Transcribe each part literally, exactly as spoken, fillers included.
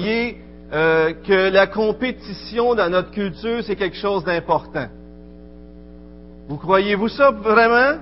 croyez euh, que la compétition dans notre culture, c'est quelque chose d'important? Vous croyez-vous ça vraiment?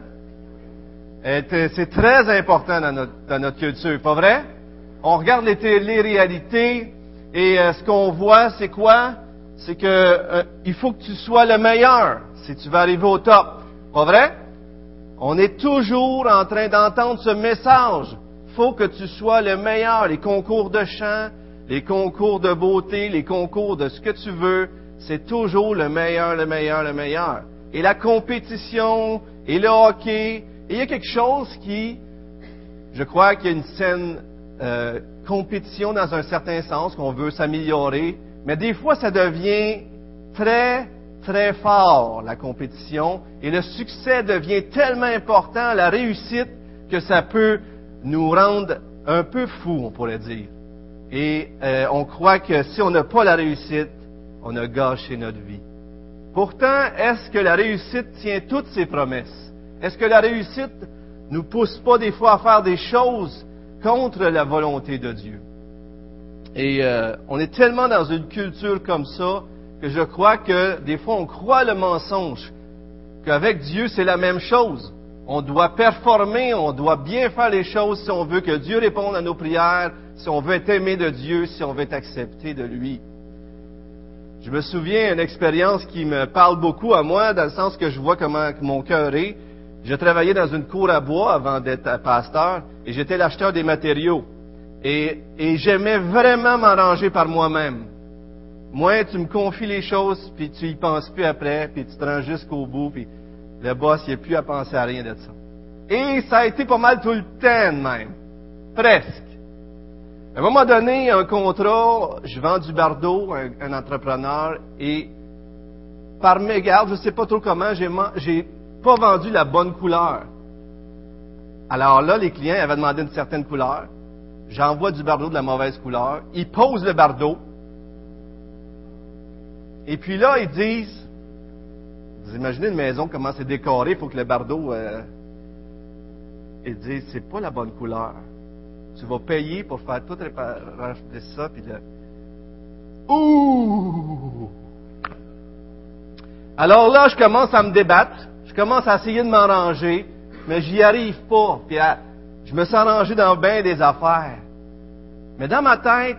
C'est très important dans notre, dans notre culture, pas vrai? On regarde les télé-réalités et euh, ce qu'on voit, c'est quoi? C'est que euh, il faut que tu sois le meilleur si tu veux arriver au top, pas vrai? On est toujours en train d'entendre ce message. Il faut que tu sois le meilleur. Les concours de chant, les concours de beauté, les concours de ce que tu veux, c'est toujours le meilleur, le meilleur, le meilleur. Et la compétition, et le hockey, et il y a quelque chose qui, je crois qu'il y a une saine euh, compétition dans un certain sens, qu'on veut s'améliorer, mais des fois ça devient très, très fort, la compétition, et le succès devient tellement important, la réussite, que ça peut nous rendre un peu fous, on pourrait dire. Et euh, on croit que si on n'a pas la réussite, on a gâché notre vie. Pourtant, est-ce que la réussite tient toutes ses promesses? Est-ce que la réussite nous pousse pas des fois à faire des choses contre la volonté de Dieu? Et euh, on est tellement dans une culture comme ça que je crois que des fois on croit le mensonge, qu'avec Dieu c'est la même chose. On doit performer, on doit bien faire les choses si on veut que Dieu réponde à nos prières, si on veut être aimé de Dieu, si on veut être accepté de lui. Je me souviens d'une expérience qui me parle beaucoup à moi, dans le sens que je vois comment mon cœur est. Je travaillais dans une cour à bois avant d'être pasteur, et j'étais l'acheteur des matériaux. Et, et j'aimais vraiment m'arranger par moi-même. Moi, tu me confies les choses, puis tu y penses plus après, puis tu te rends jusqu'au bout, puis le boss, il n'a plus à penser à rien de ça. Et ça a été pas mal tout le temps de même. Presque. À un moment donné, un contrat, je vends du bardeau, un, un entrepreneur, et par mégarde, je ne sais pas trop comment, j'ai, j'ai pas vendu la bonne couleur. Alors là, les clients avaient demandé une certaine couleur. J'envoie du bardeau de la mauvaise couleur. Ils posent le bardeau. Et puis là, ils disent, vous imaginez une maison, comment c'est décoré, il faut que le bardeau... Euh, ils disent, c'est pas la bonne couleur. Tu vas payer pour faire tout réparer ça, puis là... Ouh! Alors là, je commence à me débattre. Je commence à essayer de m'arranger, mais j'y arrive pas. Puis à, je me suis arrangé dans bien des affaires. Mais dans ma tête,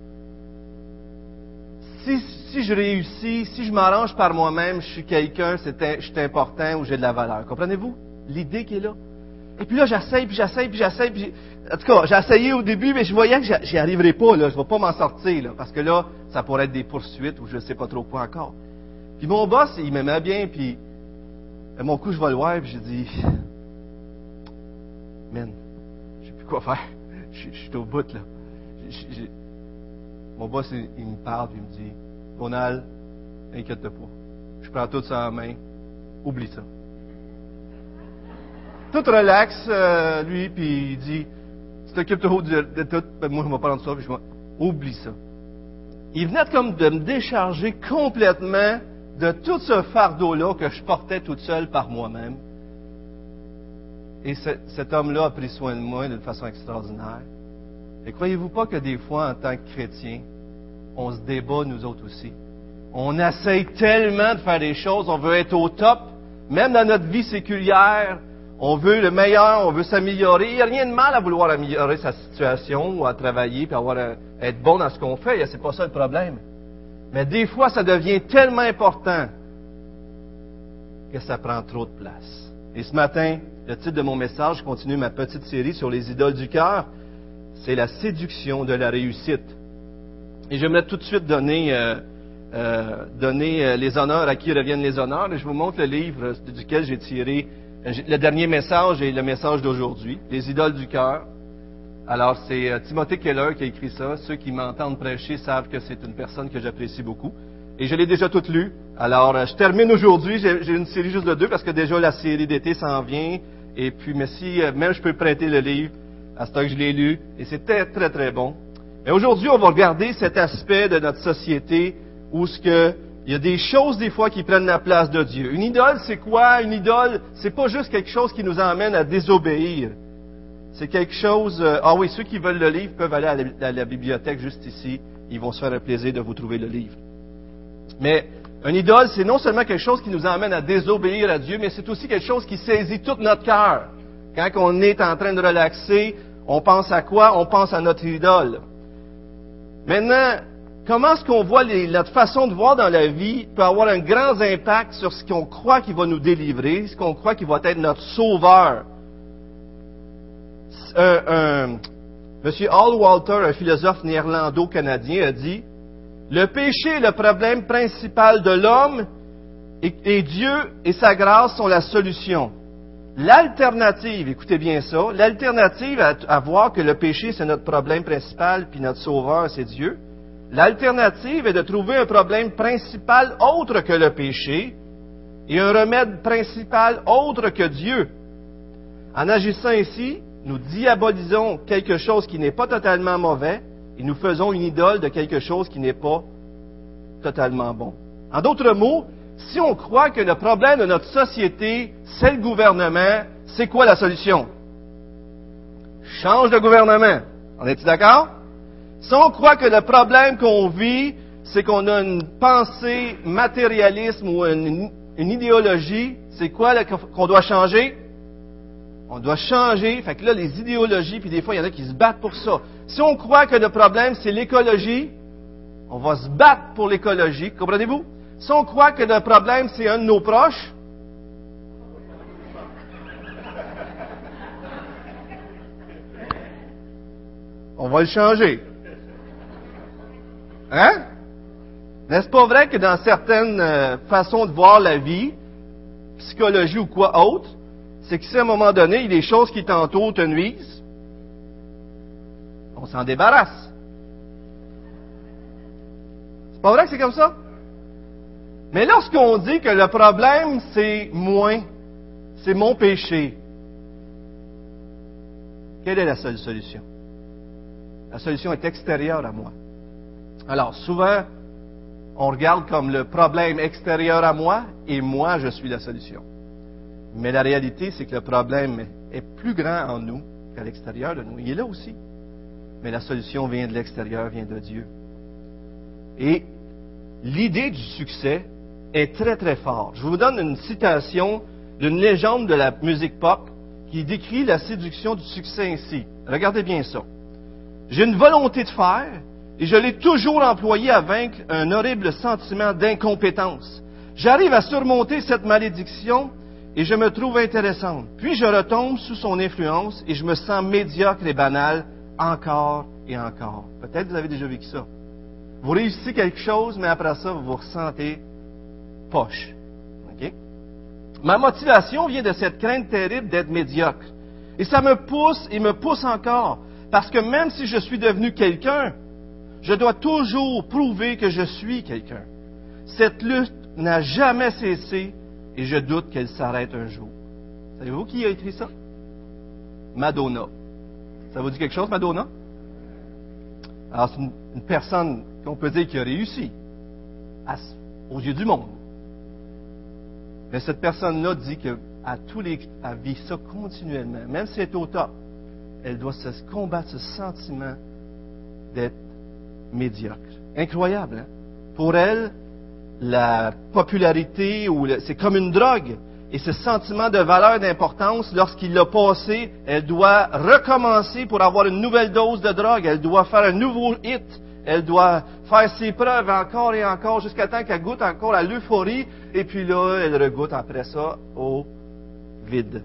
si, si je réussis, si je m'arrange par moi-même, je suis quelqu'un, c'est, je suis important ou j'ai de la valeur. Comprenez-vous l'idée qui est là? Et puis là, j'essaye, puis j'essaye, puis j'essaye. Puis en tout cas, j'ai essayé au début, mais je voyais que j'y arriverais pas. Là, je ne vais pas m'en sortir, là, parce que là, ça pourrait être des poursuites ou je ne sais pas trop quoi encore. Puis mon boss, il m'aimait bien, puis à mon coup, je vais le voir, puis j'ai dit, man, je sais plus quoi faire. Je, je suis au bout, là. J'ai, j'ai... Mon boss, il, il me parle, puis il me dit, Ronald, inquiète-toi pas. Je prends tout ça en main. Oublie ça. Tout relax, euh, lui, puis il dit, tu t'occupes trop de, de tout, ben moi, je vais prendre ça, puis je vais... Oublie ça. Il venait comme de me décharger complètement de tout ce fardeau-là que je portais toute seule par moi-même. Et ce, cet homme-là a pris soin de moi d'une façon extraordinaire. Et croyez-vous pas que des fois, en tant que chrétien, on se débat nous autres aussi. On essaye tellement de faire des choses, on veut être au top, même dans notre vie séculière, on veut le meilleur, on veut s'améliorer. Il n'y a rien de mal à vouloir améliorer sa situation ou à travailler puis avoir un, être bon dans ce qu'on fait. C'est pas ça le problème. Mais des fois, ça devient tellement important que ça prend trop de place. Et ce matin, le titre de mon message, je continue ma petite série sur les idoles du cœur, c'est la séduction de la réussite. Et j'aimerais tout de suite donner, euh, euh, donner euh, les honneurs à qui reviennent les honneurs. Et je vous montre le livre duquel j'ai tiré le dernier message et le message d'aujourd'hui, les idoles du cœur. Alors, c'est Timothée Keller qui a écrit ça. Ceux qui m'entendent prêcher savent que c'est une personne que j'apprécie beaucoup. Et je l'ai déjà toute lue. Alors, je termine aujourd'hui. J'ai, j'ai une série juste de deux parce que déjà la série d'été s'en vient. Et puis, mais si même je peux prêter le livre à ce temps que je l'ai lu. Et c'est très, très, très bon. Mais aujourd'hui, on va regarder cet aspect de notre société où ce que il y a des choses, des fois, qui prennent la place de Dieu. Une idole, c'est quoi? Une idole, c'est pas juste quelque chose qui nous emmène à désobéir. C'est quelque chose... Euh, ah oui, ceux qui veulent le livre peuvent aller à la, à la bibliothèque juste ici. ils vont se faire un plaisir de vous trouver le livre. Mais une idole, c'est non seulement quelque chose qui nous emmène à désobéir à Dieu, mais c'est aussi quelque chose qui saisit tout notre cœur. Quand on est en train de relaxer, on pense à quoi? On pense à notre idole. Maintenant, comment est-ce qu'on voit les, notre façon de voir dans la vie peut avoir un grand impact sur ce qu'on croit qui va nous délivrer, ce qu'on croit qui va être notre sauveur? Un, un, M. Hall Walter, un philosophe néerlando-canadien, a dit « Le péché est le problème principal de l'homme et, et Dieu et sa grâce sont la solution. L'alternative, écoutez bien ça, l'alternative à, à voir que le péché c'est notre problème principal puis notre sauveur c'est Dieu, l'alternative est de trouver un problème principal autre que le péché et un remède principal autre que Dieu. En agissant ici, nous diabolisons quelque chose qui n'est pas totalement mauvais et nous faisons une idole de quelque chose qui n'est pas totalement bon. En d'autres mots, si on croit que le problème de notre société, c'est le gouvernement, c'est quoi la solution? Change de gouvernement. On est-tu d'accord? Si on croit que le problème qu'on vit, c'est qu'on a une pensée matérialisme ou une, une idéologie, c'est quoi là, qu'on doit changer? On doit changer. Fait que là, les idéologies, puis des fois, il y en a qui se battent pour ça. Si on croit que le problème, c'est l'écologie, on va se battre pour l'écologie. Comprenez-vous? Si on croit que le problème, c'est un de nos proches, on va le changer. Hein? N'est-ce pas vrai que dans certaines euh, façons de voir la vie, psychologie ou quoi autre, c'est que si à un moment donné, il y a des choses qui t'entourent te nuisent, on s'en débarrasse. C'est pas vrai que c'est comme ça? Mais lorsqu'on dit que le problème, c'est moi, c'est mon péché, quelle est la seule solution? La solution est extérieure à moi. Alors, souvent, on regarde comme le problème extérieur à moi et moi, je suis la solution. Mais la réalité, c'est que le problème est plus grand en nous qu'à l'extérieur de nous. Il est là aussi. Mais la solution vient de l'extérieur, vient de Dieu. Et l'idée du succès est très, très forte. Je vous donne une citation d'une légende de la musique pop qui décrit la séduction du succès ainsi. Regardez bien ça. J'ai une volonté de faire et je l'ai toujours employée à vaincre un horrible sentiment d'incompétence. J'arrive à surmonter cette malédiction et je me trouve intéressante. Puis je retombe sous son influence et je me sens médiocre et banal encore et encore. Peut-être que vous avez déjà vécu ça. Vous réussissez quelque chose, mais après ça, vous vous ressentez poche. Okay? Ma motivation vient de cette crainte terrible d'être médiocre. Et ça me pousse et me pousse encore. Parce que même si je suis devenu quelqu'un, je dois toujours prouver que je suis quelqu'un. Cette lutte n'a jamais cessé et je doute qu'elle s'arrête un jour. Savez-vous qui a écrit ça? Madonna. Ça vous dit quelque chose, Madonna? Alors, c'est une, une personne qu'on peut dire qui a réussi à, aux yeux du monde. Mais cette personne-là dit qu'à tous les, elle vit ça continuellement. Même si elle est au top, elle doit se combattre ce sentiment d'être médiocre. Incroyable, hein? Pour elle, la popularité, ou le, c'est comme une drogue. Et ce sentiment de valeur, d'importance, lorsqu'il l'a passé, elle doit recommencer pour avoir une nouvelle dose de drogue. Elle doit faire un nouveau hit. Elle doit faire ses preuves encore et encore jusqu'à temps qu'elle goûte encore à l'euphorie. Et puis là, elle regoute après ça au vide.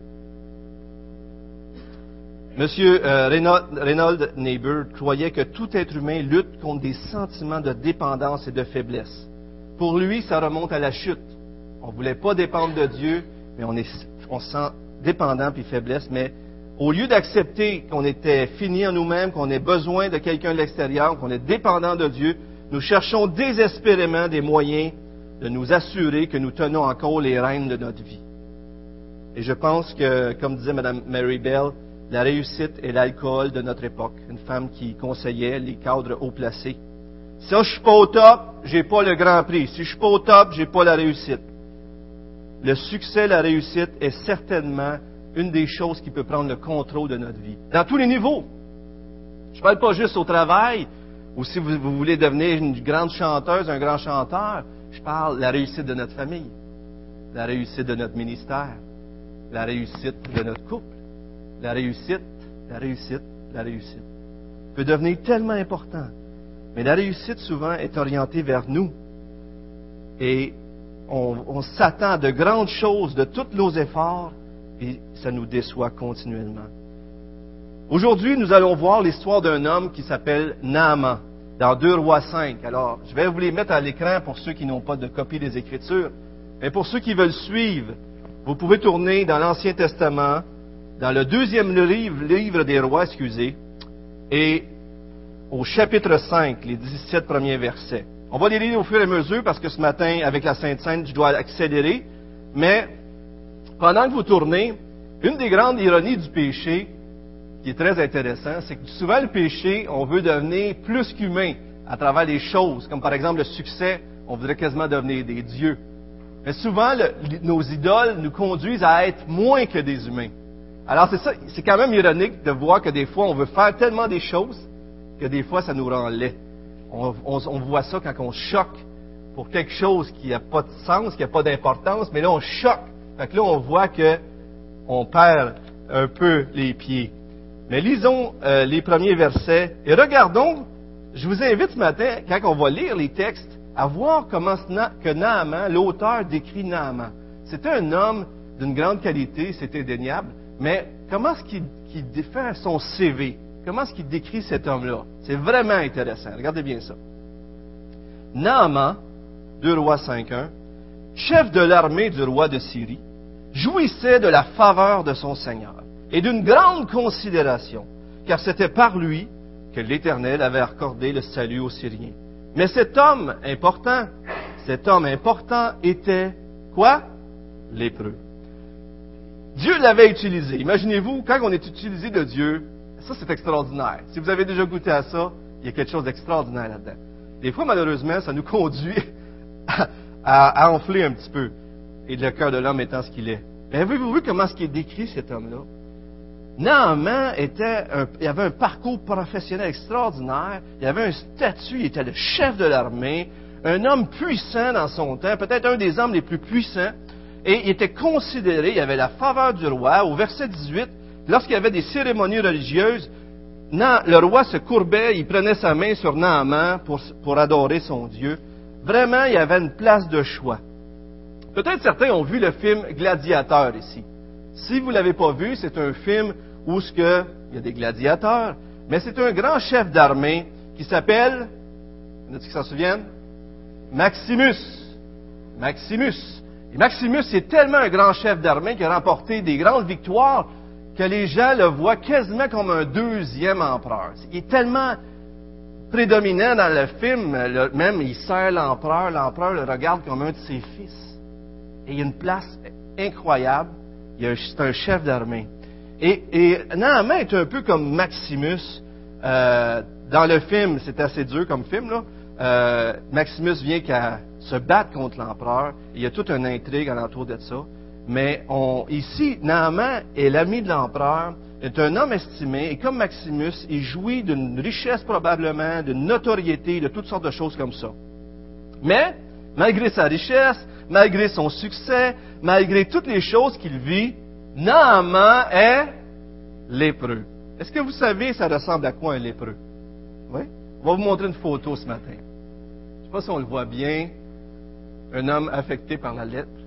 Monsieur euh, Reynold, Reynold Niebuhr croyait que tout être humain lutte contre des sentiments de dépendance et de faiblesse. Pour lui, ça remonte à la chute. On ne voulait pas dépendre de Dieu, mais on, est, on se sent dépendant puis faiblesse. Mais au lieu d'accepter qu'on était fini en nous-mêmes, qu'on ait besoin de quelqu'un de l'extérieur, qu'on est dépendant de Dieu, nous cherchons désespérément des moyens de nous assurer que nous tenons encore les rênes de notre vie. Et je pense que, comme disait Mme Mary Bell, la réussite est l'alcool de notre époque. Une femme qui conseillait les cadres haut placés. Si je suis pas au top, j'ai pas le grand prix. Si je suis pas au top, j'ai pas la réussite. Le succès, la réussite est certainement une des choses qui peut prendre le contrôle de notre vie. Dans tous les niveaux. Je parle pas juste au travail Ou si vous, vous voulez devenir une grande chanteuse, un grand chanteur, je parle de la réussite de notre famille, la réussite de notre ministère, la réussite de notre couple, la réussite, la réussite, la réussite. Peut devenir tellement important. Mais la réussite, souvent, est orientée vers nous. Et on, on s'attend à de grandes choses de tous nos efforts, et ça nous déçoit continuellement. Aujourd'hui, nous allons voir l'histoire d'un homme qui s'appelle Naaman, dans deux Rois cinq. Alors, je vais vous les mettre à l'écran pour ceux qui n'ont pas de copie des Écritures. Mais pour ceux qui veulent suivre, vous pouvez tourner dans l'Ancien Testament, dans le deuxième livre, livre des Rois, excusez, et au chapitre cinq, les dix-sept premiers versets. On va les lire au fur et à mesure parce que ce matin, avec la Sainte Seine, je dois accélérer. Mais pendant que vous tournez, une des grandes ironies du péché, qui est très intéressant, c'est que souvent le péché, on veut devenir plus qu'humain à travers les choses, comme par exemple le succès, on voudrait quasiment devenir des dieux. Mais souvent, le, nos idoles nous conduisent à être moins que des humains. Alors c'est ça, c'est quand même ironique de voir que des fois, on veut faire tellement des choses que des fois, ça nous rend laid. On, on, on voit ça quand on choque pour quelque chose qui n'a pas de sens, qui n'a pas d'importance, mais là, on choque. Fait que là, on voit que on perd un peu les pieds. Mais lisons euh, les premiers versets et regardons, je vous invite ce matin, quand on va lire les textes, à voir comment que Naaman, l'auteur décrit Naaman. C'était un homme d'une grande qualité, c'est indéniable, mais comment est-ce qu'il, qu'il fait son C V? Comment est-ce qu'il décrit cet homme-là? C'est vraiment intéressant. Regardez bien ça. Naaman, deux Rois cinq un, chef de l'armée du roi de Syrie, jouissait de la faveur de son Seigneur et d'une grande considération, car c'était par lui que l'Éternel avait accordé le salut aux Syriens. Mais cet homme important, cet homme important était quoi? Lépreux. Dieu l'avait utilisé. Imaginez-vous, quand on est utilisé de Dieu, ça c'est extraordinaire. Si vous avez déjà goûté à ça, il y a quelque chose d'extraordinaire là-dedans. Des fois, malheureusement, ça nous conduit à, à, à enfler un petit peu. Et le cœur de l'homme étant ce qu'il est. Mais avez-vous vu comment est-ce qu'il est décrit, cet homme-là? Naaman était un, il avait un parcours professionnel extraordinaire, il avait un statut, il était le chef de l'armée, un homme puissant dans son temps, peut-être un des hommes les plus puissants, et il était considéré, il avait la faveur du roi. Au verset dix-huit, lorsqu'il y avait des cérémonies religieuses, le roi se courbait, il prenait sa main sur Naaman pour, pour adorer son Dieu. Vraiment, il y avait une place de choix. Peut-être certains ont vu le film Gladiateur ici. Si vous ne l'avez pas vu, c'est un film où ce que, il y a des gladiateurs, mais c'est un grand chef d'armée qui s'appelle, il y en a qui s'en souviennent? Maximus. Maximus. Et Maximus est tellement un grand chef d'armée qui a remporté des grandes victoires que les gens le voient quasiment comme un deuxième empereur. Il est tellement prédominant dans le film, le, même il sert l'empereur, l'empereur le regarde comme un de ses fils. Et il y a une place incroyable. Il y a un, c'est un chef d'armée. Et, et Naaman est un peu comme Maximus. Euh, dans le film, c'est assez dur comme film, là. Euh, Maximus vient qu'à se battre contre l'empereur. Il y a toute une intrigue alentour de ça. Mais on, ici, Naaman est l'ami de l'empereur, est un homme estimé, et comme Maximus, il jouit d'une richesse probablement, d'une notoriété, de toutes sortes de choses comme ça. Mais, malgré sa richesse, malgré son succès, malgré toutes les choses qu'il vit, Naaman est lépreux. Est-ce que vous savez, ça ressemble à quoi un lépreux? Oui? On va vous montrer une photo ce matin. Je ne sais pas si on le voit bien. Un homme affecté par la lèpre,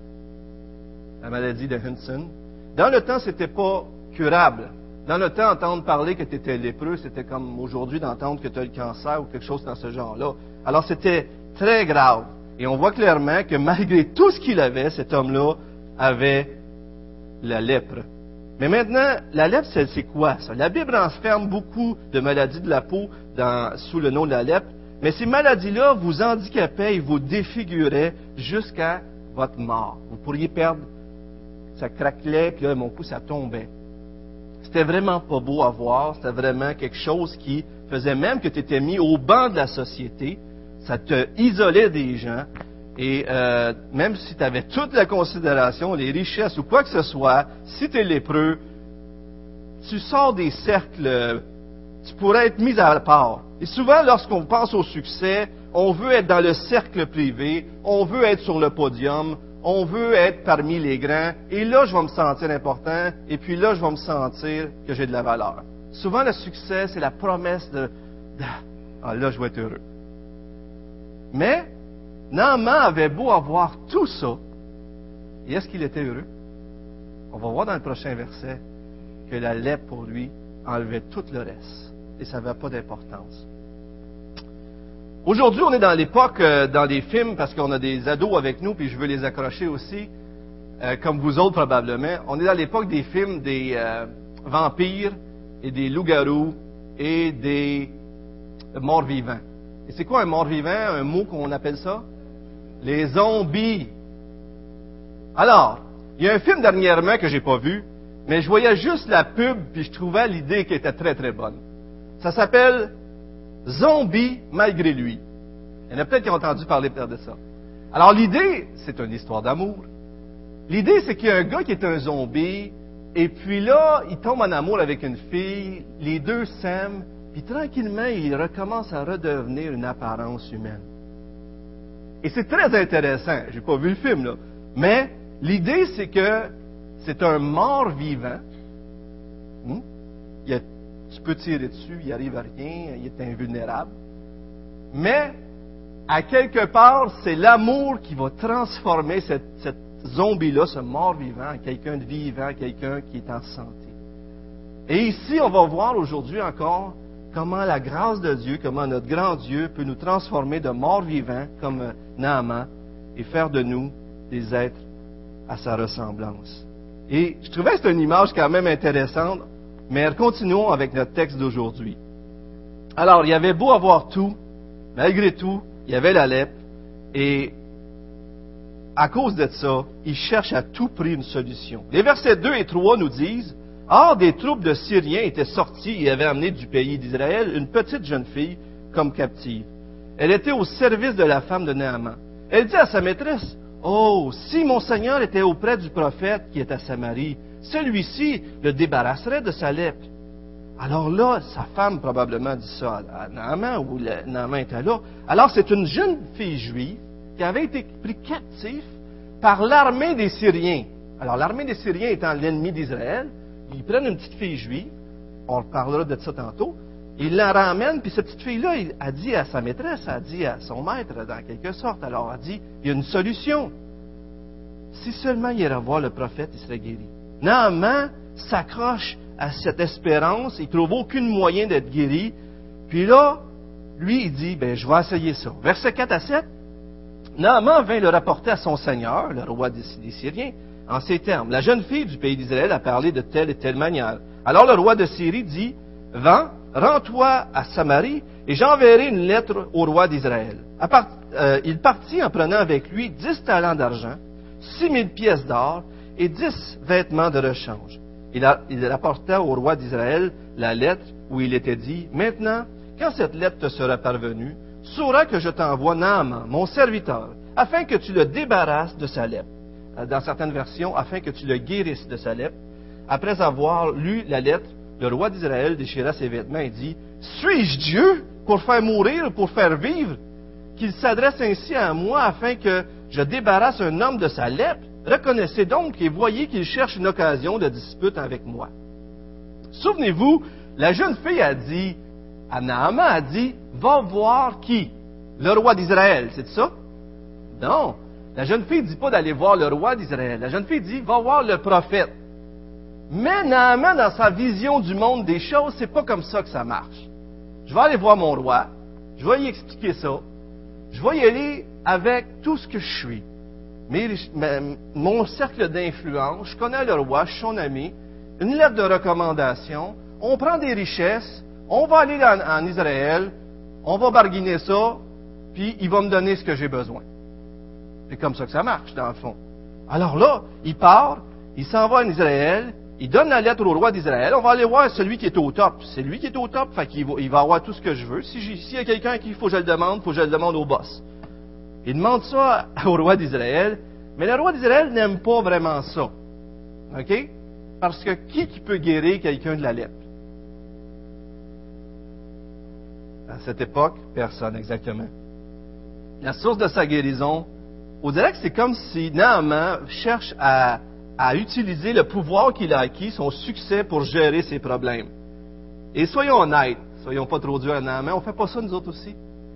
la maladie de Hansen. Dans le temps, c'était pas curable. Dans le temps, entendre parler que tu étais lépreux, c'était comme aujourd'hui d'entendre que tu as le cancer ou quelque chose dans ce genre-là. Alors, c'était très grave. Et on voit clairement que malgré tout ce qu'il avait, cet homme-là avait la lèpre. Mais maintenant, la lèpre, c'est, c'est quoi ça? La Bible renferme beaucoup de maladies de la peau dans, sous le nom de la lèpre. Mais ces maladies-là vous handicapaient et vous défiguraient jusqu'à votre mort. Vous pourriez perdre, ça craquelait, puis là, mon coup, ça tombait. C'était vraiment pas beau à voir. C'était vraiment quelque chose qui faisait même que tu étais mis au banc de la société. Ça te isolait des gens. Et euh, même si tu avais toute la considération, les richesses ou quoi que ce soit, si tu es lépreux, tu sors des cercles, tu pourrais être mis à part. Et souvent, lorsqu'on pense au succès, on veut être dans le cercle privé, on veut être sur le podium, on veut être parmi les grands, et là, je vais me sentir important, et puis là, je vais me sentir que j'ai de la valeur. Souvent, le succès, c'est la promesse de, de « Ah, là, je vais être heureux. » Mais, Naaman avait beau avoir tout ça, et est-ce qu'il était heureux? On va voir dans le prochain verset que la lèpre, pour lui, enlevait tout le reste, et ça n'avait pas d'importance. Aujourd'hui, on est dans l'époque, euh, dans les films, parce qu'on a des ados avec nous, puis je veux les accrocher aussi, euh, comme vous autres probablement. On est dans l'époque des films des euh, vampires et des loups-garous et des morts-vivants. Et c'est quoi un mort-vivant, un mot qu'on appelle ça? Les zombies. Alors, il y a un film dernièrement que j'ai pas vu, mais je voyais juste la pub, puis je trouvais l'idée qui était très très bonne. Ça s'appelle Zombie malgré lui. Il y en a peut-être qui ont entendu parler peut-être de ça. Alors l'idée, c'est une histoire d'amour. L'idée, c'est qu'il y a un gars qui est un zombie, et puis là, il tombe en amour avec une fille, les deux s'aiment, puis tranquillement, il recommence à redevenir une apparence humaine. Et c'est très intéressant. J'ai pas vu le film, là. Mais l'idée, c'est que c'est un mort-vivant. Hmm? Il a, tu peux tirer dessus, il arrive à rien, il est invulnérable. Mais, à quelque part, c'est l'amour qui va transformer cette, cette zombie-là, ce mort-vivant, en quelqu'un de vivant, quelqu'un qui est en santé. Et ici, on va voir aujourd'hui encore comment la grâce de Dieu, comment notre grand Dieu peut nous transformer de mort-vivant, comme Naaman, et faire de nous des êtres à sa ressemblance. Et je trouvais que c'était une image quand même intéressante, mais continuons avec notre texte d'aujourd'hui. Alors, il y avait beau avoir tout, malgré tout, il y avait la lèpre, et à cause de ça, il cherche à tout prix une solution. Les versets deux et trois nous disent, « Or, des troupes de Syriens étaient sorties et avaient amené du pays d'Israël une petite jeune fille comme captive. Elle était au service de la femme de Naaman. Elle dit à sa maîtresse, « Oh, si mon Seigneur était auprès du prophète qui est à Samarie, celui-ci le débarrasserait de sa lèpre. » Alors là, sa femme probablement dit ça à Naaman, ou Naaman était là. Alors c'est une jeune fille juive qui avait été prise captive par l'armée des Syriens. Alors l'armée des Syriens étant l'ennemi d'Israël, ils prennent une petite fille juive, on reparlera de ça tantôt, ils la ramènent, puis cette petite fille-là, elle a dit à sa maîtresse, elle a dit à son maître, dans quelque sorte, alors elle a dit, il y a une solution. Si seulement il irait voir le prophète, il serait guéri. Naaman s'accroche à cette espérance, il ne trouve aucun moyen d'être guéri, puis là, lui, il dit, ben, je vais essayer ça. Versets quatre à sept, Naaman vint le rapporter à son seigneur, le roi des, des Syriens, en ces termes. La jeune fille du pays d'Israël a parlé de telle et telle manière. Alors le roi de Syrie dit, va, rends-toi à Samarie, et j'enverrai une lettre au roi d'Israël. Part, euh, il partit en prenant avec lui dix talents d'argent, six mille pièces d'or et dix vêtements de rechange. Il, a, il rapporta au roi d'Israël la lettre où il était dit, maintenant, quand cette lettre te sera parvenue, sauras que je t'envoie Naaman, mon serviteur, afin que tu le débarrasses de sa lèpre. Dans certaines versions, afin que tu le guérisses de sa lèpre. Après avoir lu la lettre, le roi d'Israël déchira ses vêtements et dit, « Suis-je Dieu pour faire mourir ou pour faire vivre, qu'il s'adresse ainsi à moi afin que je débarrasse un homme de sa lèpre? Reconnaissez donc et voyez qu'il cherche une occasion de dispute avec moi. » Souvenez-vous, la jeune fille a dit, à Naaman a dit, « Va voir qui? Le roi d'Israël, c'est ça? » Non. La jeune fille ne dit pas d'aller voir le roi d'Israël. La jeune fille dit, va voir le prophète. Mais Naaman, dans sa vision du monde des choses, c'est pas comme ça que ça marche. Je vais aller voir mon roi, je vais lui expliquer ça, je vais y aller avec tout ce que je suis. Mais, mais mon cercle d'influence, je connais le roi, je suis son ami, une lettre de recommandation, on prend des richesses, on va aller en, en Israël, on va barguiner ça, puis il va me donner ce que j'ai besoin. C'est comme ça que ça marche, dans le fond. Alors là, il part, il s'en va en Israël, il donne la lettre au roi d'Israël, on va aller voir celui qui est au top. C'est lui qui est au top, fait qu'il va, il va avoir tout ce que je veux. Si s'il y a quelqu'un à qui il faut que je le demande, il faut que je le demande au boss. Il demande ça au roi d'Israël, mais le roi d'Israël n'aime pas vraiment ça. OK? Parce que qui qui peut guérir quelqu'un de la lèpre? À cette époque, personne, exactement. La source de sa guérison, on dirait que c'est comme si Naaman cherche à, à utiliser le pouvoir qu'il a acquis, son succès, pour gérer ses problèmes. Et soyons honnêtes, soyons pas trop durs à Naaman, on fait pas ça nous autres aussi.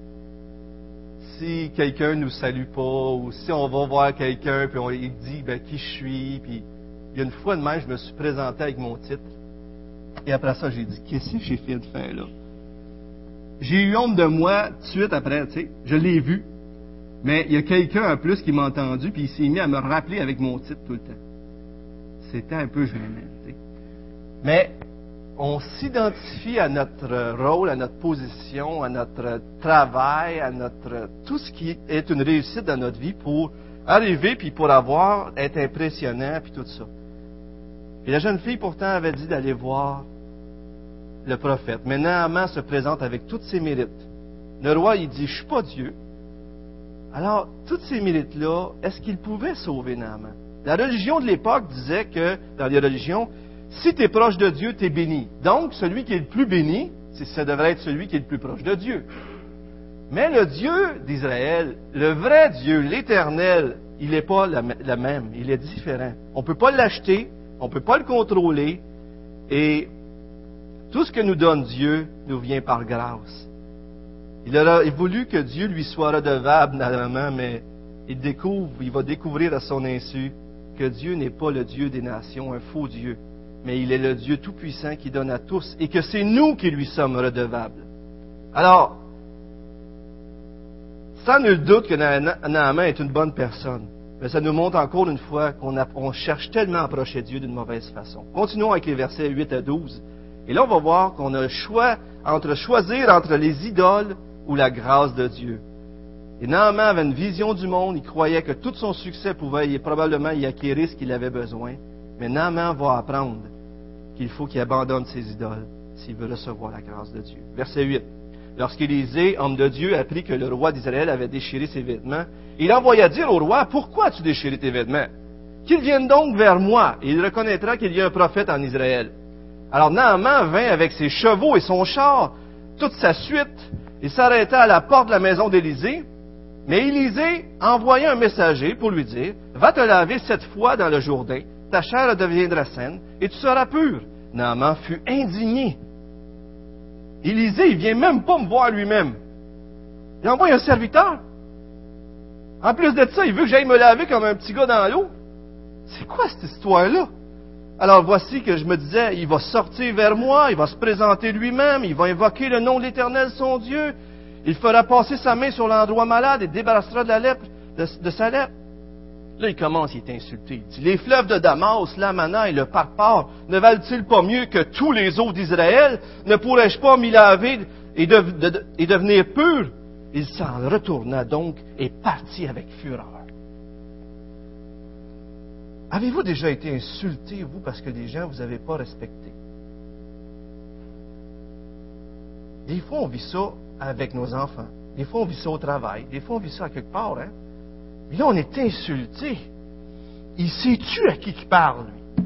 Si quelqu'un nous salue pas, ou si on va voir quelqu'un, puis on il dit ben, qui je suis, puis il y a une fois de même, je me suis présenté avec mon titre, et après ça, j'ai dit, qu'est-ce que j'ai fait de faire là? J'ai eu honte de moi tout de suite après, tu sais, je l'ai vu, mais il y a quelqu'un en plus qui m'a entendu, puis il s'est mis à me rappeler avec mon titre tout le temps. C'était un peu gênant, tu sais. Mais on s'identifie à notre rôle, à notre position, à notre travail, à notre tout ce qui est une réussite dans notre vie pour arriver puis pour avoir, être impressionnant puis tout ça. Et la jeune fille pourtant avait dit d'aller voir le prophète. Mais Naaman se présente avec tous ses mérites. Le roi, il dit, je suis pas Dieu. Alors, tous ces mérites-là, est-ce qu'il pouvait sauver Naaman? La religion de l'époque disait que, dans les religions, si tu es proche de Dieu, tu es béni. Donc, celui qui est le plus béni, ça devrait être celui qui est le plus proche de Dieu. Mais le Dieu d'Israël, le vrai Dieu, l'Éternel, il n'est pas le même, il est différent. On ne peut pas l'acheter, on ne peut pas le contrôler, et tout ce que nous donne Dieu nous vient par grâce. Il a voulu que Dieu lui soit redevable, normalement, mais il découvre, il va découvrir à son insu que Dieu n'est pas le Dieu des nations, un faux Dieu, mais il est le Dieu tout-puissant qui donne à tous, et que c'est nous qui lui sommes redevables. Alors, sans nul doute que Naaman est une bonne personne, mais ça nous montre encore une fois qu'on a, on cherche tellement à approcher Dieu d'une mauvaise façon. Continuons avec les versets huit à douze. Et là, on va voir qu'on a le choix entre choisir entre les idoles ou la grâce de Dieu. Et Naaman avait une vision du monde, il croyait que tout son succès pouvait y, probablement y acquérir ce qu'il avait besoin. Mais Naaman va apprendre qu'il faut qu'il abandonne ses idoles s'il veut recevoir la grâce de Dieu. Verset huit. Lorsqu'Élisée, homme de Dieu, apprit que le roi d'Israël avait déchiré ses vêtements, il envoya dire au roi, « Pourquoi as-tu déchiré tes vêtements? Qu'il vienne donc vers moi, et il reconnaîtra qu'il y a un prophète en Israël. » Alors Naaman vint avec ses chevaux et son char, toute sa suite, et s'arrêta à la porte de la maison d'Élisée. Mais Élisée envoya un messager pour lui dire, « Va te laver sept fois dans le Jourdain, ta chair deviendra saine, et tu seras pur. » Naaman fut indigné. Élisée, il vient même pas me voir lui-même. Il envoie un serviteur. En plus de ça, il veut que j'aille me laver comme un petit gars dans l'eau. C'est quoi cette histoire-là? Alors voici que je me disais, il va sortir vers moi, il va se présenter lui-même, il va invoquer le nom de l'Éternel, son Dieu. Il fera passer sa main sur l'endroit malade et débarrassera de la lèpre, de, de sa lèpre. Là, il commence, il est insulté. Il dit, les fleuves de Damas, l'Amana et le Parpar ne valent-ils pas mieux que tous les eaux d'Israël? Ne pourrais-je pas m'y laver et, de, de, de, et devenir pur? Il s'en retourna donc et partit avec fureur. Avez-vous déjà été insulté, vous, parce que des gens vous avez pas respecté? Des fois, on vit ça avec nos enfants. Des fois, on vit ça au travail. Des fois, on vit ça à quelque part, hein? Mais là, on est insulté. Il sait-tu à qui il parle, lui?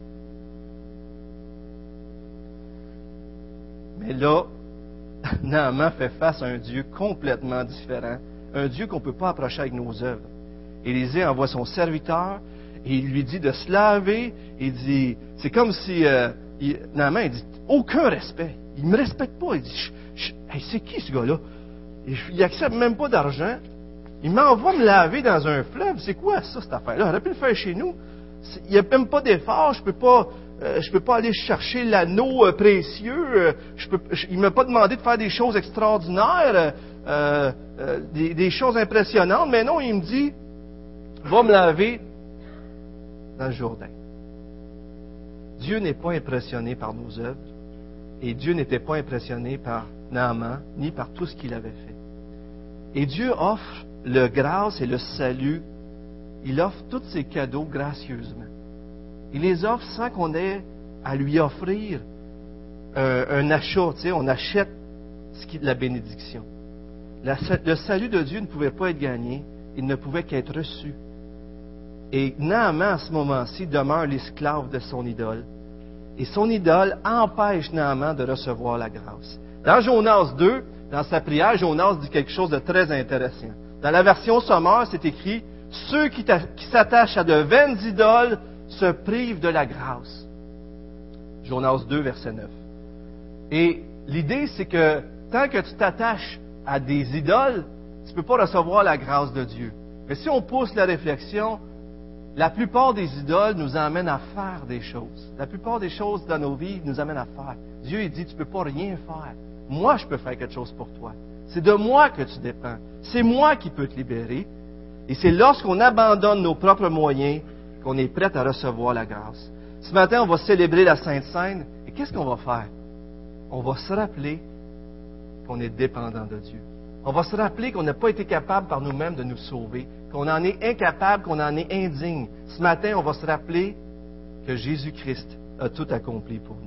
Mais là, Naaman fait face à un Dieu complètement différent, un Dieu qu'on ne peut pas approcher avec nos œuvres. Élisée envoie son serviteur et il lui dit de se laver. Il dit, c'est comme si euh, il, Naaman il dit, aucun respect. Il ne me respecte pas. Il dit, hey, c'est qui ce gars-là? Il n'accepte même pas d'argent. Il m'envoie me laver dans un fleuve. C'est quoi ça, cette affaire-là? Il aurait pu le faire chez nous. Il n'y a même pas d'effort. Je peux pas, euh, je peux pas aller chercher l'anneau euh, précieux. Euh, je peux, je, il ne m'a pas demandé de faire des choses extraordinaires, euh, euh, des, des choses impressionnantes. Mais non, il me dit, va me laver dans le Jourdain. Dieu n'est pas impressionné par nos œuvres. Et Dieu n'était pas impressionné par Naaman, ni par tout ce qu'il avait fait. Et Dieu offre le grâce et le salut. Il offre tous ses cadeaux gracieusement. Il les offre sans qu'on ait à lui offrir un, un achat. Tu sais, on achète ce qui est de la bénédiction. La, le salut de Dieu ne pouvait pas être gagné. Il ne pouvait qu'être reçu. Et Naaman, à ce moment-ci, demeure l'esclave de son idole. Et son idole empêche Naaman de recevoir la grâce. Dans Jonas deux, dans sa prière, Jonas dit quelque chose de très intéressant. Dans la version sommaire, c'est écrit « Ceux qui, qui s'attachent à de vaines idoles se privent de la grâce. » Jonas deux, verset neuf. Et l'idée, c'est que tant que tu t'attaches à des idoles, tu ne peux pas recevoir la grâce de Dieu. Mais si on pousse la réflexion, la plupart des idoles nous amènent à faire des choses. La plupart des choses dans nos vies nous amènent à faire. Dieu, il dit, tu ne peux pas rien faire. Moi, je peux faire quelque chose pour toi. C'est de moi que tu dépends. C'est moi qui peux te libérer. Et c'est lorsqu'on abandonne nos propres moyens qu'on est prêt à recevoir la grâce. Ce matin, on va célébrer la Sainte Seine. Et qu'est-ce qu'on va faire? On va se rappeler qu'on est dépendant de Dieu. On va se rappeler qu'on n'a pas été capable par nous-mêmes de nous sauver, qu'on en est incapable, qu'on en est indigne. Ce matin, on va se rappeler que Jésus-Christ a tout accompli pour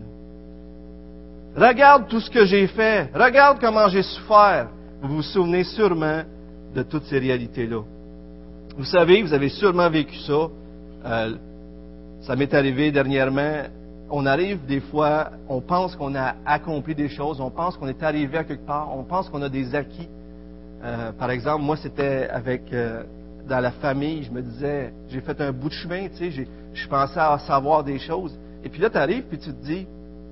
nous. Regarde tout ce que j'ai fait. Regarde comment j'ai souffert. Vous vous souvenez sûrement de toutes ces réalités-là. Vous savez, vous avez sûrement vécu ça. Euh, ça m'est arrivé dernièrement. On arrive des fois, on pense qu'on a accompli des choses, on pense qu'on est arrivé à quelque part, on pense qu'on a des acquis. Euh, par exemple, moi, c'était avec euh, dans la famille, je me disais, j'ai fait un bout de chemin, tu sais, j'ai, je pensais à savoir des choses. Et puis là, tu arrives, puis tu te dis,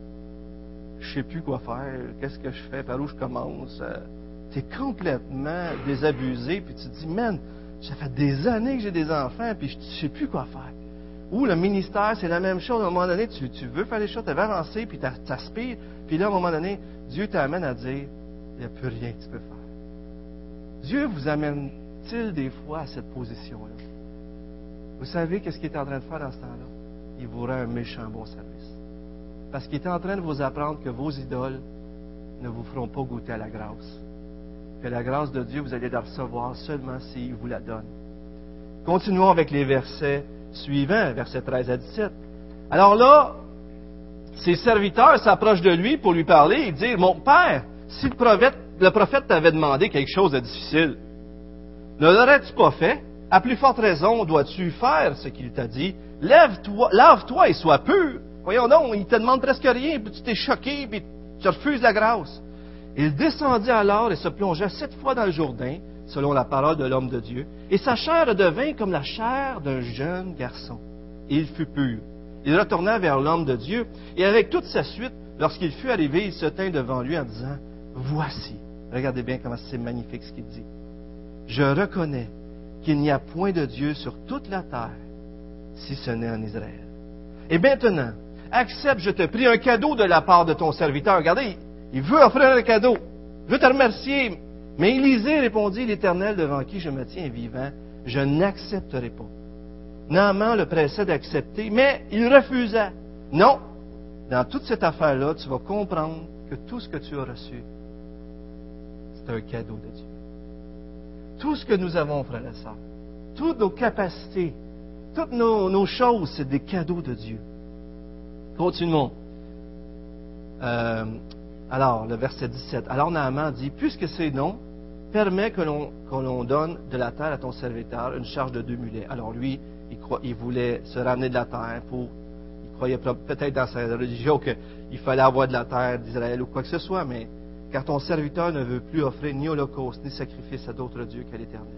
je sais plus quoi faire, qu'est-ce que je fais, par où je commence. Euh, tu es complètement désabusé, puis tu te dis, man, ça fait des années que j'ai des enfants, puis je ne sais plus quoi faire. Ou le ministère, c'est la même chose. À un moment donné, tu, tu veux faire les choses, tu veux avancer, puis tu aspires. Puis là, à un moment donné, Dieu t'amène à dire, il n'y a plus rien que tu peux faire. Dieu vous amène-t-il des fois à cette position-là? Vous savez qu'est-ce qu'il est en train de faire dans ce temps-là? Il vous rend un méchant bon service. Parce qu'il est en train de vous apprendre que vos idoles ne vous feront pas goûter à la grâce. Que la grâce de Dieu, vous allez la recevoir seulement s'il vous la donne. Continuons avec les versets suivants, versets treize à dix-sept. Alors là, ses serviteurs s'approchent de lui pour lui parler et dire, « Mon père, si le prophète, le prophète t'avait demandé quelque chose de difficile, ne l'aurais-tu pas fait? À plus forte raison, dois-tu faire ce qu'il t'a dit? Lève-toi, lave-toi et sois pur. Voyons donc, il te demande presque rien, puis tu t'es choqué, puis tu refuses la grâce. » Il descendit alors et se plongea sept fois dans le Jourdain, selon la parole de l'homme de Dieu, et sa chair devint comme la chair d'un jeune garçon. Et il fut pur. Il retourna vers l'homme de Dieu, et avec toute sa suite, lorsqu'il fut arrivé, il se tint devant lui en disant, « Voici, regardez bien comment c'est magnifique ce qu'il dit, je reconnais qu'il n'y a point de Dieu sur toute la terre, si ce n'est en Israël. Et maintenant, accepte, je te prie, un cadeau de la part de ton serviteur. » Regardez, il veut offrir un cadeau, il veut te remercier. Mais Élisée répondit, l'Éternel devant qui je me tiens vivant, je n'accepterai pas. Naaman le pressait d'accepter, mais il refusa. Non, dans toute cette affaire-là, tu vas comprendre que tout ce que tu as reçu, c'est un cadeau de Dieu. Tout ce que nous avons, frères et sœurs, toutes nos capacités, toutes nos, nos choses, c'est des cadeaux de Dieu. Continuons. Euh, alors, le verset dix-sept. Alors Naaman dit, puisque c'est non, permets que l'on, que l'on donne de la terre à ton serviteur une charge de deux mulets. Alors lui, il, croit, il voulait se ramener de la terre pour, il croyait peut-être dans sa religion qu'il fallait avoir de la terre d'Israël ou quoi que ce soit, mais car ton serviteur ne veut plus offrir ni holocauste ni sacrifice à d'autres dieux qu'à l'Éternel.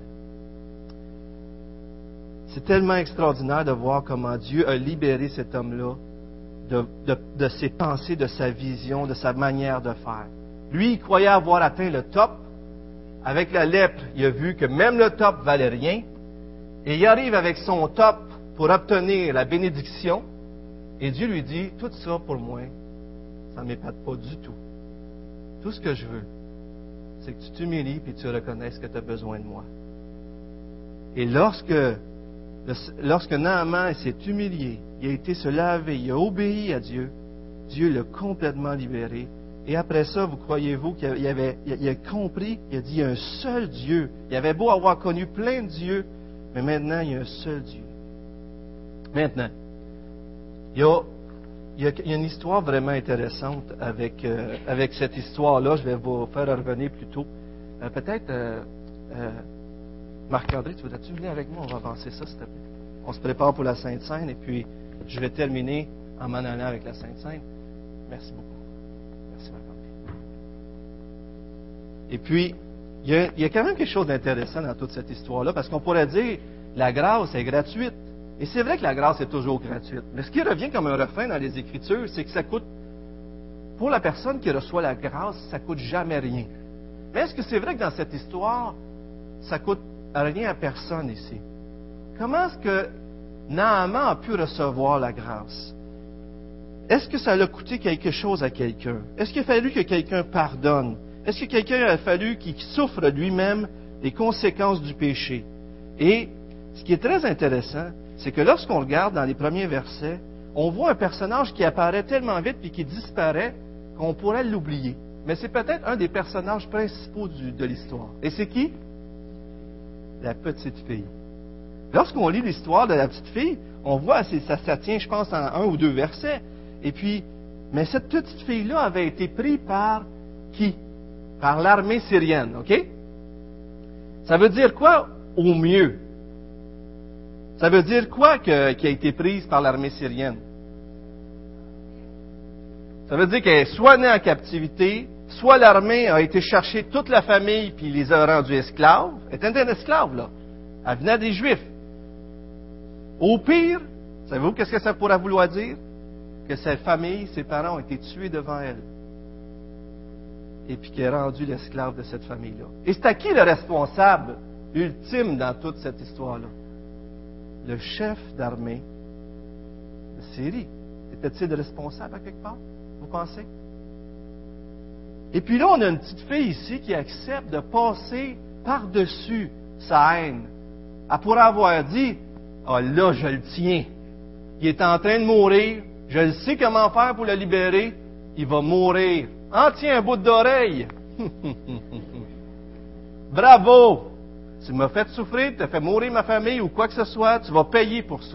C'est tellement extraordinaire de voir comment Dieu a libéré cet homme-là de, de, de ses pensées, de sa vision, de sa manière de faire. Lui, il croyait avoir atteint le top. Avec la lèpre, il a vu que même le top valait rien. Et il arrive avec son top pour obtenir la bénédiction. Et Dieu lui dit, tout ça pour moi, ça ne m'épate pas du tout. Tout ce que je veux, c'est que tu t'humilies et tu reconnaisses que tu as besoin de moi. Et lorsque, lorsque Naaman s'est humilié, il a été se laver, il a obéi à Dieu, Dieu l'a complètement libéré. Et après ça, vous croyez-vous qu'il avait, il a compris, il a dit, il y a un seul Dieu. Il avait beau avoir connu plein de dieux, mais maintenant, il y a un seul Dieu. Maintenant, il y a, il y a, il y a une histoire vraiment intéressante avec, euh, avec cette histoire-là. Je vais vous faire revenir plus tôt. Euh, peut-être, euh, euh, Marc-André, tu voudrais-tu venir avec moi? On va avancer ça, s'il te plaît. On se prépare pour la Sainte Seine, et puis je vais terminer en m'en allant avec la Sainte Seine. Merci beaucoup. Et puis, il y, a, il y a quand même quelque chose d'intéressant dans toute cette histoire-là, parce qu'on pourrait dire, la grâce est gratuite. Et c'est vrai que la grâce est toujours gratuite. Mais ce qui revient comme un refrain dans les Écritures, c'est que ça coûte, pour la personne qui reçoit la grâce, ça coûte jamais rien. Mais est-ce que c'est vrai que dans cette histoire, ça coûte rien à personne ici? Comment est-ce que Naaman a pu recevoir la grâce? Est-ce que ça a coûté quelque chose à quelqu'un? Est-ce qu'il a fallu que quelqu'un pardonne? Est-ce que quelqu'un a fallu qu'il souffre lui-même des conséquences du péché? Et ce qui est très intéressant, c'est que lorsqu'on regarde dans les premiers versets, on voit un personnage qui apparaît tellement vite puis qui disparaît qu'on pourrait l'oublier. Mais c'est peut-être un des personnages principaux du, de l'histoire. Et c'est qui? La petite fille. Lorsqu'on lit l'histoire de la petite fille, on voit, ça, ça tient, je pense, en un ou deux versets. Et puis, mais cette petite fille-là avait été prise par qui? Par l'armée syrienne, OK? Ça veut dire quoi au mieux? Ça veut dire quoi que, qui a été prise par l'armée syrienne? Ça veut dire qu'elle est soit née en captivité, soit l'armée a été chercher toute la famille puis les a rendus esclaves. Elle était une esclave, là. Elle venait des Juifs. Au pire, savez-vous qu'est-ce que ça pourrait vouloir dire? Que sa famille, ses parents ont été tués devant elle. Et puis qu'elle est rendue l'esclave de cette famille-là. Et c'est à qui le responsable ultime dans toute cette histoire-là? Le chef d'armée de Syrie. Était-il responsable à quelque part, vous pensez? Et puis là, on a une petite fille ici qui accepte de passer par-dessus sa haine. Elle pourrait avoir dit, « Ah là, je le tiens. Il est en train de mourir. Je le sais comment faire pour le libérer. Il va mourir. En tiens un bout d'oreille. Bravo! Tu m'as fait souffrir, tu as fait mourir ma famille ou quoi que ce soit, tu vas payer pour ça. »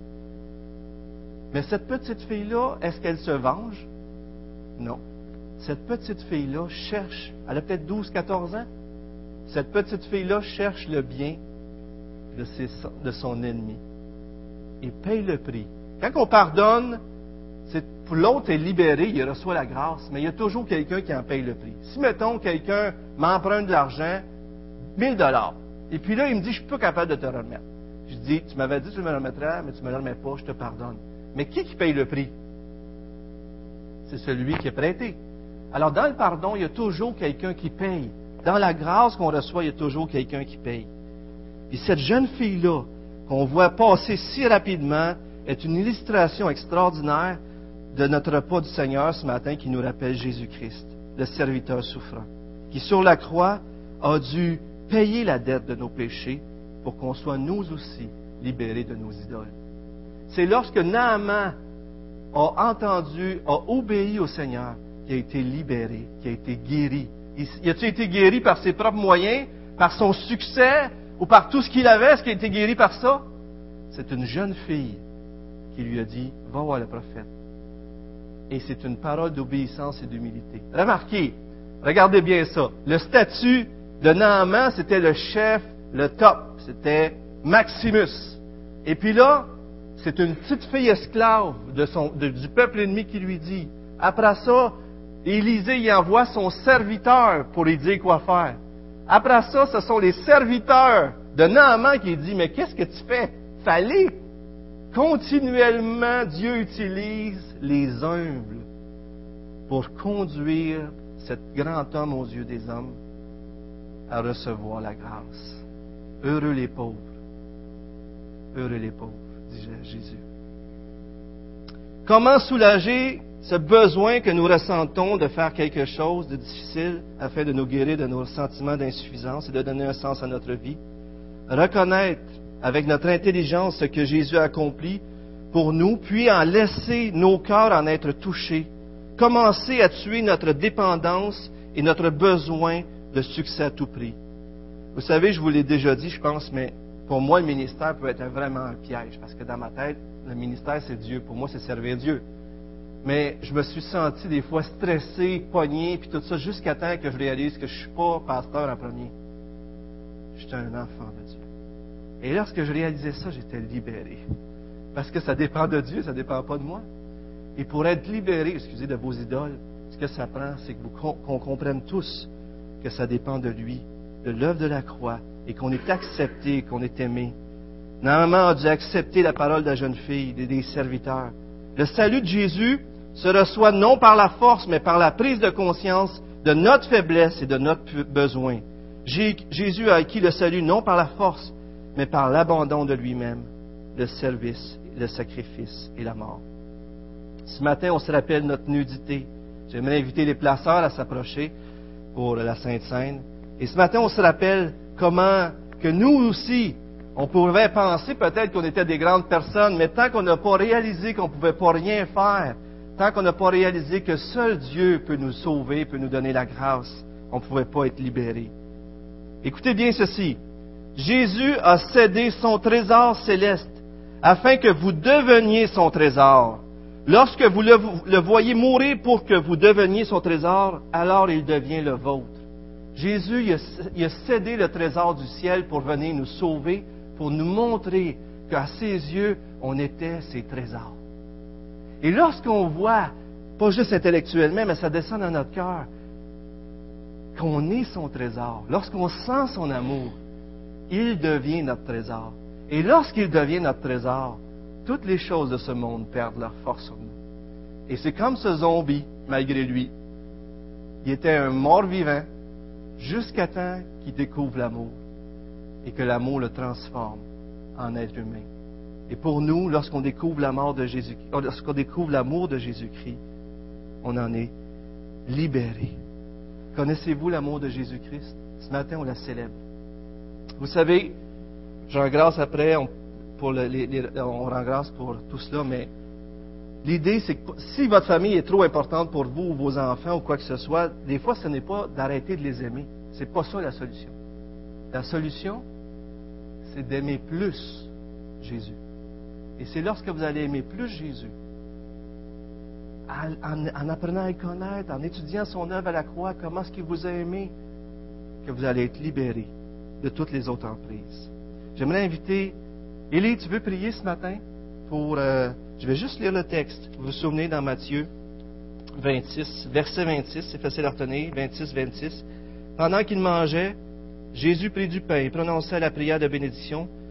Mais cette petite fille-là, est-ce qu'elle se venge? Non. Cette petite fille-là cherche, elle a peut-être douze, quatorze ans, cette petite fille-là cherche le bien de, ses, de son ennemi et paye le prix. Quand on pardonne, c'est, pour l'autre est libéré, il reçoit la grâce, mais il y a toujours quelqu'un qui en paye le prix. Si, mettons, quelqu'un m'emprunte de l'argent, mille dollars, et puis là, il me dit, je suis pas capable de te remettre. Je dis, tu m'avais dit que tu me remettrais, mais tu ne me le remets pas, je te pardonne. Mais qui qui paye le prix? C'est celui qui est prêté. Alors, dans le pardon, il y a toujours quelqu'un qui paye. Dans la grâce qu'on reçoit, il y a toujours quelqu'un qui paye. Puis cette jeune fille-là, qu'on voit passer si rapidement, est une illustration extraordinaire de notre repas du Seigneur ce matin qui nous rappelle Jésus-Christ, le serviteur souffrant, qui sur la croix a dû payer la dette de nos péchés pour qu'on soit nous aussi libérés de nos idoles. C'est lorsque Naaman a entendu, a obéi au Seigneur, qui a été libéré, qui a été guéri. Il a-t-il été guéri par ses propres moyens, par son succès, ou par tout ce qu'il avait? Est-ce qu'il a été guéri par ça? C'est une jeune fille qui lui a dit, va voir le prophète. Et c'est une parole d'obéissance et d'humilité. Remarquez, regardez bien ça. Le statut de Naaman, c'était le chef, le top. C'était Maximus. Et puis là, c'est une petite fille esclave de son, de, du peuple ennemi qui lui dit. Après ça, Élisée y envoie son serviteur pour lui dire quoi faire. Après ça, ce sont les serviteurs de Naaman qui dit, mais qu'est-ce que tu fais? Fallait. Continuellement, Dieu utilise les humbles pour conduire cet grand homme aux yeux des hommes à recevoir la grâce. Heureux les pauvres. Heureux les pauvres, dit Jésus. Comment soulager ce besoin que nous ressentons de faire quelque chose de difficile afin de nous guérir de nos sentiments d'insuffisance et de donner un sens à notre vie? Reconnaître avec notre intelligence ce que Jésus a accompli pour nous, puis en laisser nos cœurs en être touchés. Commencer à tuer notre dépendance et notre besoin de succès à tout prix. Vous savez, je vous l'ai déjà dit, je pense, mais pour moi, le ministère peut être vraiment un piège, parce que dans ma tête, le ministère, c'est Dieu. Pour moi, c'est servir Dieu. Mais je me suis senti des fois stressé, pogné, puis tout ça, jusqu'à temps que je réalise que je ne suis pas pasteur en premier. Je suis un enfant de Dieu. Et lorsque je réalisais ça, j'étais libéré. Parce que ça dépend de Dieu, ça ne dépend pas de moi. Et pour être libéré, excusez, de vos idoles, ce que ça prend, c'est que vous, qu'on comprenne tous que ça dépend de lui, de l'œuvre de la croix, et qu'on est accepté, qu'on est aimé. Naaman a dû accepter la parole de la jeune fille, des, des serviteurs. Le salut de Jésus se reçoit non par la force, mais par la prise de conscience de notre faiblesse et de notre besoin. Jésus a acquis le salut non par la force, mais par l'abandon de lui-même, le service, le sacrifice et la mort. Ce matin, on se rappelle notre nudité. J'aimerais inviter les placeurs à s'approcher pour la Sainte Seine. Et ce matin, on se rappelle comment que nous aussi, on pouvait penser peut-être qu'on était des grandes personnes, mais tant qu'on n'a pas réalisé qu'on ne pouvait pas rien faire, tant qu'on n'a pas réalisé que seul Dieu peut nous sauver, peut nous donner la grâce, on ne pouvait pas être libérés. Écoutez bien ceci. Jésus a cédé son trésor céleste afin que vous deveniez son trésor. Lorsque vous le, le voyez mourir pour que vous deveniez son trésor, alors il devient le vôtre. Jésus il a, il a cédé le trésor du ciel pour venir nous sauver, pour nous montrer qu'à ses yeux, on était ses trésors. Et lorsqu'on voit, pas juste intellectuellement, mais ça descend dans notre cœur, qu'on est son trésor, lorsqu'on sent son amour, il devient notre trésor. Et lorsqu'il devient notre trésor, toutes les choses de ce monde perdent leur force sur nous. Et c'est comme ce zombie, malgré lui. Il était un mort-vivant jusqu'à temps qu'il découvre l'amour et que l'amour le transforme en être humain. Et pour nous, lorsqu'on découvre la mort de Jésus, lorsqu'on découvre l'amour de Jésus-Christ, on en est libéré. Connaissez-vous l'amour de Jésus-Christ? Ce matin, on la célèbre. Vous savez, je rends grâce après, on, pour le, les, les, on rend grâce pour tout cela, mais l'idée, c'est que si votre famille est trop importante pour vous ou vos enfants ou quoi que ce soit, des fois, ce n'est pas d'arrêter de les aimer. C'est pas ça la solution. La solution, c'est d'aimer plus Jésus. Et c'est lorsque vous allez aimer plus Jésus, en, en, en apprenant à le connaître, en étudiant son œuvre à la croix, comment est-ce qu'il vous a aimé, que vous allez être libérés de toutes les autres emprises. J'aimerais inviter, Élie, tu veux prier ce matin pour... Euh, je vais juste lire le texte. Vous vous souvenez dans Matthieu vingt-six, verset vingt-six, c'est facile à retenir, vingt-six, vingt-six. Pendant qu'il mangeait, Jésus prit du pain et prononça la prière de bénédiction.